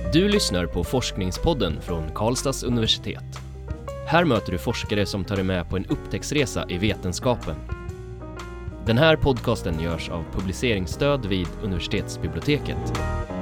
Du lyssnar på Forskningspodden från Karlstads universitet. Här möter du forskare som tar dig med på en upptäcktsresa i vetenskapen. Den här podcasten görs av publiceringsstöd vid universitetsbiblioteket.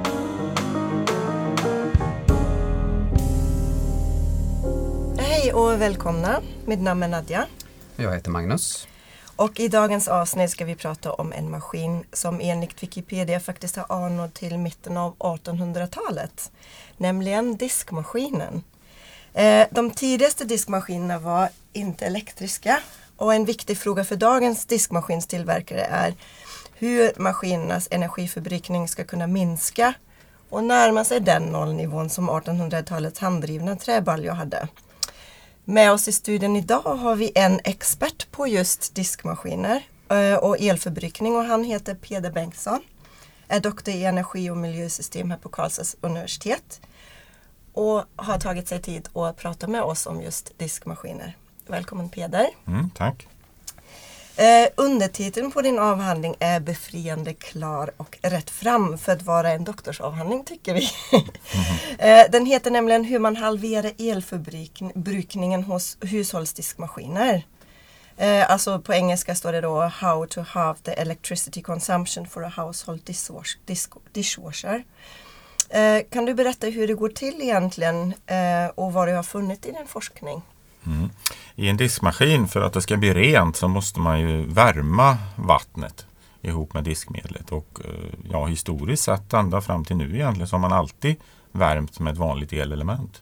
Hej och välkomna. Mitt namn är Nadja. Jag heter Magnus. Och i dagens avsnitt ska vi prata om en maskin som enligt Wikipedia faktiskt har anor till mitten av 1800-talet. Nämligen diskmaskinen. De tidigaste diskmaskinerna var inte elektriska. Och en viktig fråga för dagens diskmaskinstillverkare är hur maskinernas energiförbrukning ska kunna minska och närma sig den nollnivån som 1800-talets handdrivna träbaljor hade. Med oss i studien idag har vi en expert på just diskmaskiner och elförbrukning och han heter Peder Bengtsson. Är doktor i energi- och miljösystem här på Karlstads universitet och har tagit sig tid att prata med oss om just diskmaskiner. Välkommen Peder. Tack. Undertiteln på din avhandling är befriande klar och rätt fram för att vara en doktorsavhandling tycker vi. Den heter nämligen hur man halverar elförbrukningen hos hushållsdiskmaskiner. Alltså på engelska står det då How to halve the electricity consumption for a household dishwasher. Kan du berätta hur det går till egentligen och vad du har funnit i din forskning? I en diskmaskin, för att det ska bli rent, så måste man ju värma vattnet ihop med diskmedlet. Och historiskt sett ända fram till nu egentligen så har man alltid värmt med ett vanligt elelement.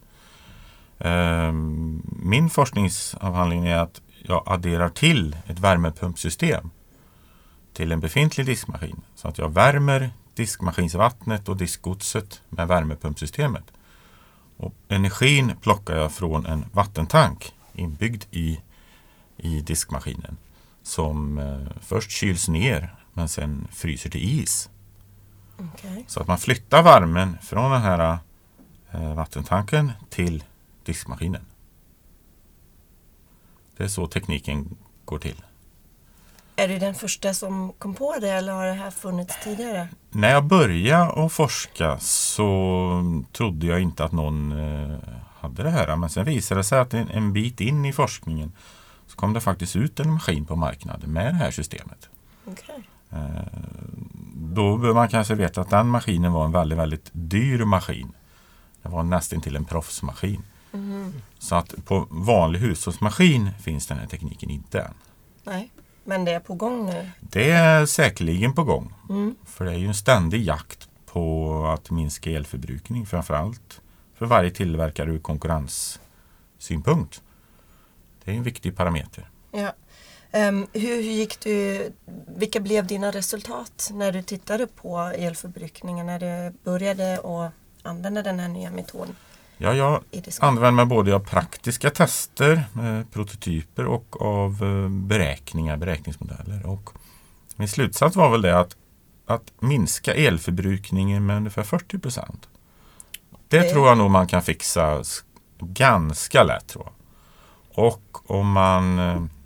Min forskningsavhandling är att jag adderar till ett värmepumpsystem till en befintlig diskmaskin. Så att jag värmer diskmaskinsvattnet och diskgodset med värmepumpsystemet. Och energin plockar jag från en vattentank inbyggd i diskmaskinen som först kyls ner men sen fryser till is. Okay. Så att man flyttar värmen från den här vattentanken till diskmaskinen. Det är så tekniken går till. Är du den första som kom på det eller har det här funnits tidigare? När jag började att forska så trodde jag inte att någon hade det här. Men sen visade det sig att en bit in i forskningen så kom det faktiskt ut en maskin på marknaden med det här systemet. Okay. Då bör man kanske veta att den maskinen var en väldigt, väldigt dyr maskin. Det var nästan till en proffsmaskin. Så att på vanlig hushållsmaskin finns den här tekniken inte än. Nej. Men det är på gång nu? Det är säkerligen på gång. För det är ju en ständig jakt på att minska elförbrukning. Framförallt för varje tillverkare ur konkurrenssynpunkt. Det är en viktig parameter. Ja. Hur gick du, vilka blev dina resultat när du tittade på elförbrukningen? När du började att använda den här nya metoden? Ja, jag använder mig både av praktiska tester, prototyper och av beräkningsmodeller. Och min slutsats var väl det att minska elförbrukningen med ungefär 40%. Det tror jag nog man kan fixa ganska lätt, tror jag. Och om man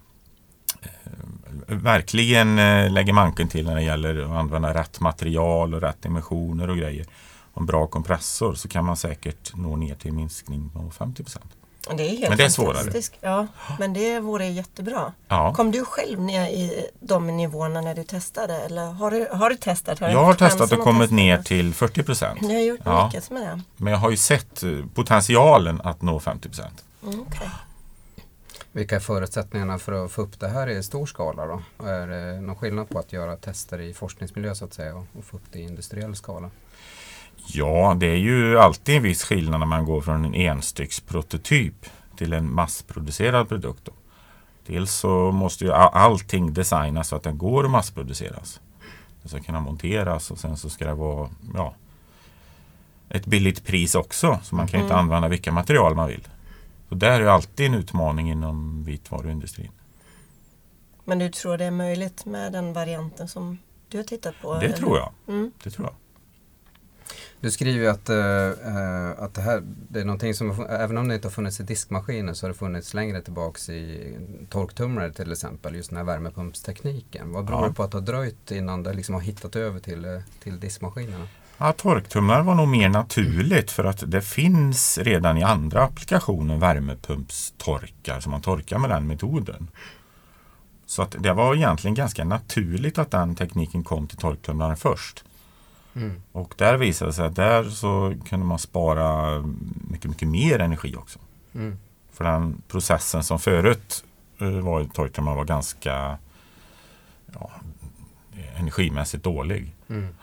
verkligen lägger manken till när det gäller att använda rätt material och rätt emissioner och grejer, och en bra kompressor, så kan man säkert nå ner till minskning på 50%. Det är helt men det är svårare. Ja, men det vore jättebra. Ja. Kom du själv ner i de nivåerna när du testade? Eller har du testat? Jag har testat och kommit ner till 40%. Ni har gjort mycket med det. Men jag har ju sett potentialen att nå 50%. Okay. Vilka är förutsättningarna för att få upp det här i stor skala då? Är det någon skillnad på att göra tester i forskningsmiljö så att säga och få upp det i industriell skala? Ja, det är ju alltid en viss skillnad när man går från en enstycksprototyp till en massproducerad produkt. Dels så måste ju allting designas så att den går att massproduceras. Det ska kunna monteras och sen så ska det vara ett billigt pris också. Så man kan inte använda vilka material man vill. Så där är ju alltid en utmaning inom vitvaruindustrin. Men du tror det är möjligt med den varianten som du har tittat på? Det tror jag. Det tror jag. Du skriver ju att det här det är någonting som, även om det inte har funnits i diskmaskiner så har det funnits längre tillbaks i torktumlare till exempel, just den här värmepumpstekniken. Vad beror det på att det har dröjt innan det liksom har hittat över till diskmaskinerna? Ja, torktumlare var nog mer naturligt för att det finns redan i andra applikationer värmepumpstorkar som man torkar med den metoden. Så att det var egentligen ganska naturligt att den tekniken kom till torktumlaren först. Och där visade det sig att där så kunde man spara mycket, mycket mer energi också. För den processen som förut var i torktumlaren var ganska energimässigt dålig.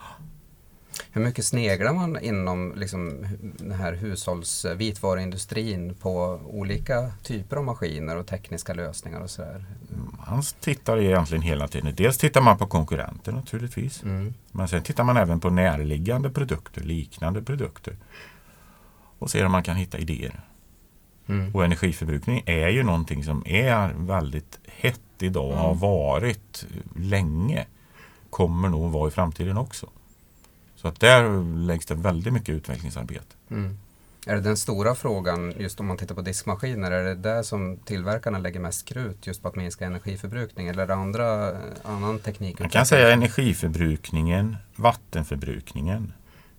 Hur mycket sneglar man inom liksom, den här hushållsvitvaruindustrin på olika typer av maskiner och tekniska lösningar och sådär? Man tittar egentligen hela tiden. Dels tittar man på konkurrenter naturligtvis. Men sen tittar man även på närliggande produkter, liknande produkter. Och ser om man kan hitta idéer. Och energiförbrukning är ju någonting som är väldigt hett idag och har varit länge. Kommer nog vara i framtiden också. Så att där läggs det väldigt mycket utvecklingsarbete. Är det den stora frågan, just om man tittar på diskmaskiner, är det där som tillverkarna lägger mest krut just på att minska energiförbrukning? Eller är det annan teknik? Man kan säga energiförbrukningen, vattenförbrukningen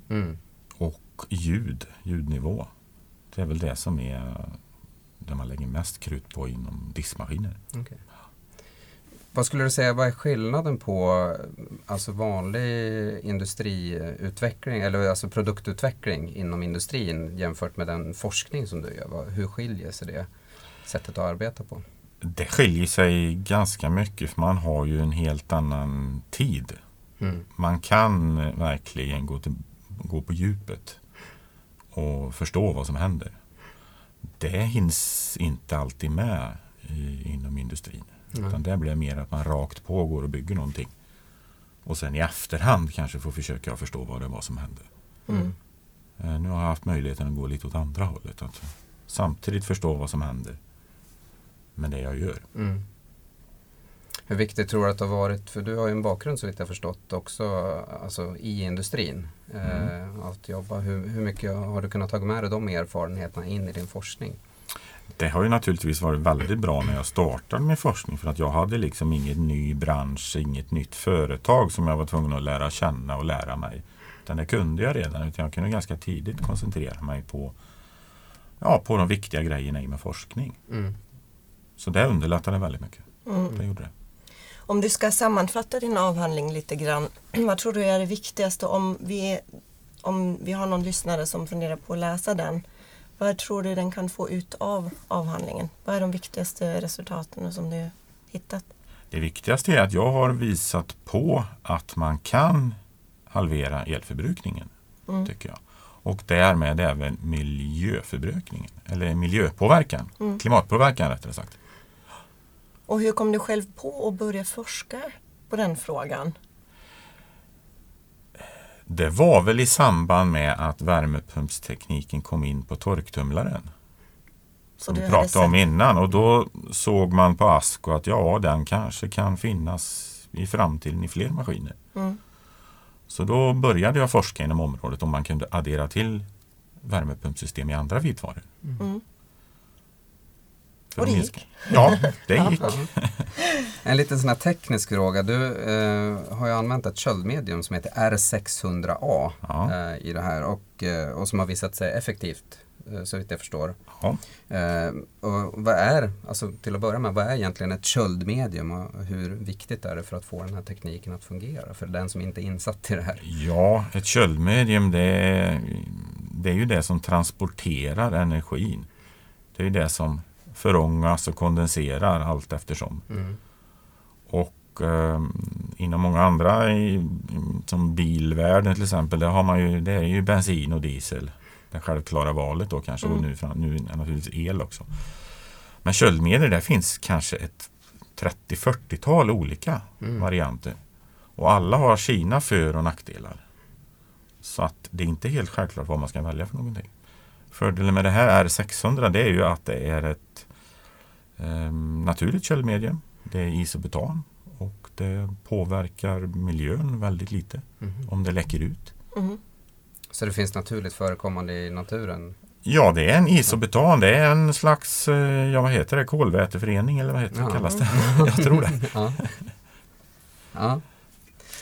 och ljudnivå. Det är väl det som är det man lägger mest krut på inom diskmaskiner. Okay. Vad skulle du säga, vad är skillnaden på alltså vanlig industriutveckling eller alltså produktutveckling inom industrin jämfört med den forskning som du gör? Hur skiljer sig det sättet att arbeta på? Det skiljer sig ganska mycket för man har ju en helt annan tid. Man kan verkligen gå på djupet och förstå vad som händer. Det hinns inte alltid med inom industrin. Utan det blir mer att man rakt på går och bygger någonting. Och sen i efterhand kanske får försöka förstå vad det var som hände. Nu har jag haft möjligheten att gå lite åt andra hållet. Att samtidigt förstå vad som händer med det jag gör. Hur viktigt tror du att det har varit, för du har ju en bakgrund så vitt jag förstått också alltså, i industrin. Att jobba. Hur mycket har du kunnat ta med dig de erfarenheterna in i din forskning? Det har ju naturligtvis varit väldigt bra när jag startade med forskning för att jag hade liksom ingen ny bransch, inget nytt företag som jag var tvungen att lära känna och lära mig. Utan det kunde jag redan, utan jag kunde ganska tidigt koncentrera mig på de viktiga grejerna i med forskning. Så det underlättade väldigt mycket. Det gjorde det. Om du ska sammanfatta din avhandling lite grann, vad tror du är det viktigaste om vi har någon lyssnare som funderar på att läsa den? Vad tror du den kan få ut av avhandlingen? Vad är de viktigaste resultaten som du hittat? Det viktigaste är att jag har visat på att man kan halvera elförbrukningen, tycker jag. Och därmed även miljöförbrukningen, eller miljöpåverkan, klimatpåverkan rättare sagt. Och hur kom du själv på att börja forska på den frågan? Det var väl i samband med att värmepumpstekniken kom in på torktumlaren. Som vi pratade om innan. Och då såg man på ASKO att den kanske kan finnas i framtiden i fler maskiner. Så då började jag forska inom området om man kunde addera till värmepumpsystem i andra vitvaror. Och det gick? Ja, det gick. En liten sån här teknisk fråga. Du har ju använt ett köldmedium som heter R600A i det här och som har visat sig effektivt så vitt jag förstår. Och vad är, alltså till att börja med, vad är egentligen ett köldmedium och hur viktigt är det för att få den här tekniken att fungera för den som inte är insatt i det här? Ja, ett köldmedium det är ju det som transporterar energin. Det är ju det som förångas och kondenserar allt eftersom. Och inom många andra som bilvärlden till exempel, det är ju bensin och diesel. Det självklara valet då kanske och nu är naturligtvis el också. Men köldmedel, där finns kanske ett 30-40-tal olika varianter. Och alla har sina för- och nackdelar. Så att det är inte helt självklart vad man ska välja för någonting. Fördelen med det här R600 det är ju att det är ett naturligt köldmedium. Det är isobutan och det påverkar miljön väldigt lite om det läcker ut. Så det finns naturligt förekommande i naturen? Ja, det är en isobutan. Det är en slags, vad heter det? Kolväteförening eller vad kallas det? Jag tror det.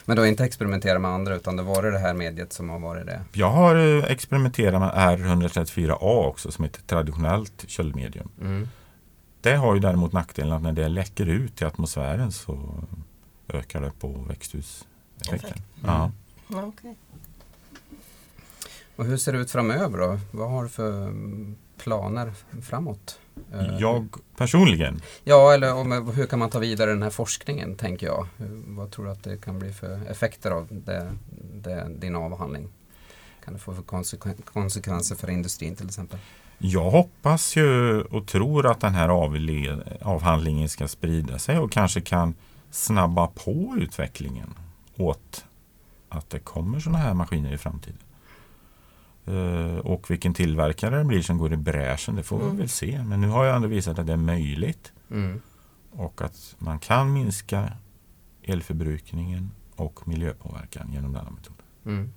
Men du har inte experimenterat med andra utan det var det här mediet som har varit det? Jag har experimenterat med R134A också som är ett traditionellt köldmedium. Det har ju däremot nackdelen att när det läcker ut i atmosfären så ökar det på växthuseffekten. Ja. Okay. Och hur ser det ut framöver då? Vad har du för planer framåt? Jag personligen? Ja, eller hur kan man ta vidare den här forskningen, tänker jag? Vad tror du att det kan bli för effekter av din avhandling? Kan det få för konsekvenser för industrin till exempel? Jag hoppas ju och tror att den här avhandlingen ska sprida sig och kanske kan snabba på utvecklingen åt att det kommer sådana här maskiner i framtiden. Och vilken tillverkare det blir som går i bräschen, det får vi väl se. Men nu har jag ändå visat att det är möjligt. Och att man kan minska elförbrukningen och miljöpåverkan genom denna metod.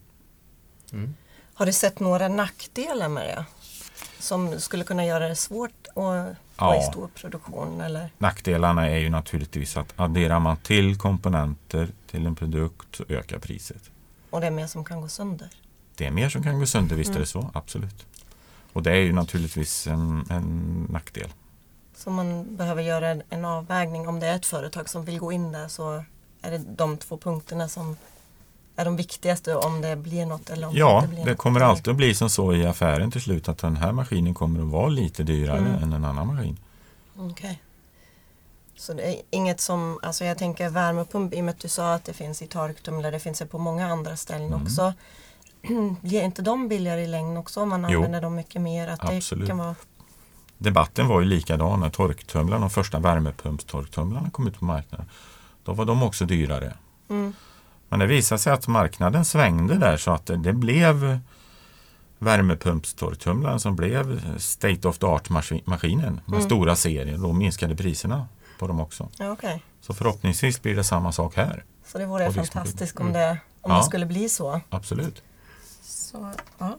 Har du sett några nackdelar med det? Som skulle kunna göra det svårt att ha i stor produktion? Eller? Nackdelarna är ju naturligtvis att adderar man till komponenter till en produkt så ökar priset. Och det är mer som kan gå sönder? Det är mer som kan gå sönder, visst är det så, absolut. Och det är ju naturligtvis en nackdel. Så man behöver göra en avvägning. Om det är ett företag som vill gå in där så är det de 2 punkterna som är de viktigaste om det blir något eller om det inte blir något. Det kommer alltid att bli som så i affären till slut att den här maskinen kommer att vara lite dyrare än en annan maskin. Okej. Så det är inget som, alltså jag tänker värmepump, i och med att du sa att det finns i torktumlare, det finns på många andra ställen också. Blir inte de billigare i längden också om man använder dem mycket mer? Att absolut. Det kan vara... Debatten var ju likadan när torktumlarna, de första värmepumpstorktumlarna kom ut på marknaden. Då var de också dyrare. Men det visade sig att marknaden svängde där så att det blev värmepumpstorktumlaren som blev state of the art maskinen med stora serier. Då minskade priserna på dem också. Ja, okay. Så förhoppningsvis blir det samma sak här. Så det vore fantastiskt om det skulle bli så. Absolut. Så, ja.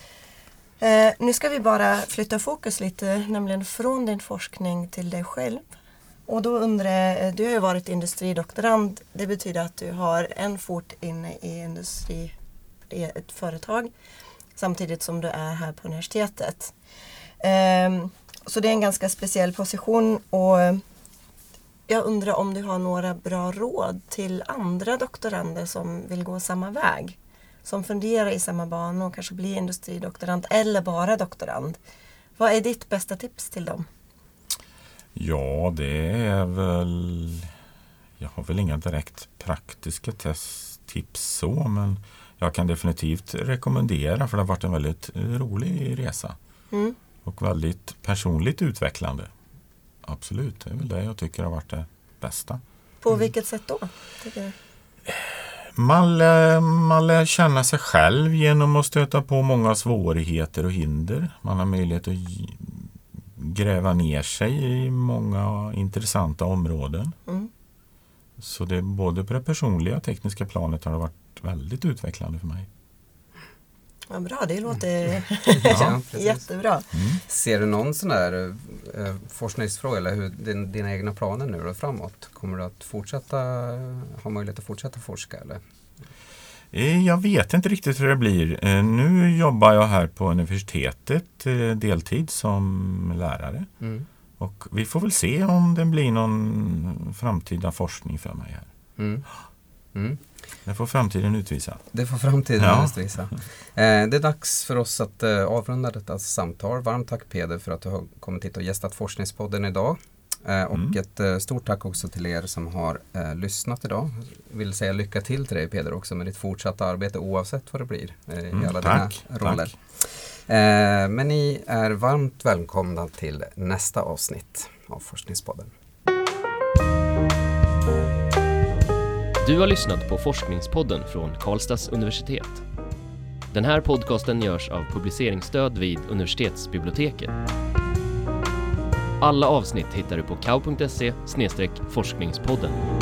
Nu ska vi bara flytta fokus lite, nämligen från din forskning till dig själv. Och då undrar jag, du har ju varit industridoktorand. Det betyder att du har en fot inne i industri, i ett företag, samtidigt som du är här på universitetet. Så det är en ganska speciell position och jag undrar om du har några bra råd till andra doktorander som vill gå samma väg. Som funderar i samma bana och kanske blir industridoktorand eller bara doktorand. Vad är ditt bästa tips till dem? Ja, det är väl... Jag har väl inga direkt praktiska tips så, men jag kan definitivt rekommendera, för det har varit en väldigt rolig resa. Och väldigt personligt utvecklande. Absolut, det är väl det jag tycker har varit det bästa. På vilket sätt då, tycker du? Man lär känna sig själv genom att stöta på många svårigheter och hinder. Man har möjlighet att gräva ner sig i många intressanta områden. Så det är både på det personliga och tekniska planet har det varit väldigt utvecklande för mig. Ja, bra, det låter jättebra. Ser du någon sån där forskningsfråga eller hur dina egna planer nu då framåt? Kommer du att ha möjlighet att fortsätta forska eller? Jag vet inte riktigt hur det blir. Nu jobbar jag här på universitetet deltid som lärare. Och vi får väl se om det blir någon framtida forskning för mig här. Det får framtiden utvisa. Det får framtiden utvisa. Det är dags för oss att avrunda detta samtal. Varmt tack Peder för att du har kommit hit och gästat Forskningspodden idag. Och ett stort tack också till er som har lyssnat idag. Jag vill säga lycka till dig Peder också med ditt fortsatta arbete oavsett vad det blir i alla dina roller. Tack. Men ni är varmt välkomna till nästa avsnitt av Forskningspodden. Du har lyssnat på Forskningspodden från Karlstads universitet. Den här podcasten görs av publiceringsstöd vid universitetsbiblioteket. Alla avsnitt hittar du på kau.se/forskningspodden.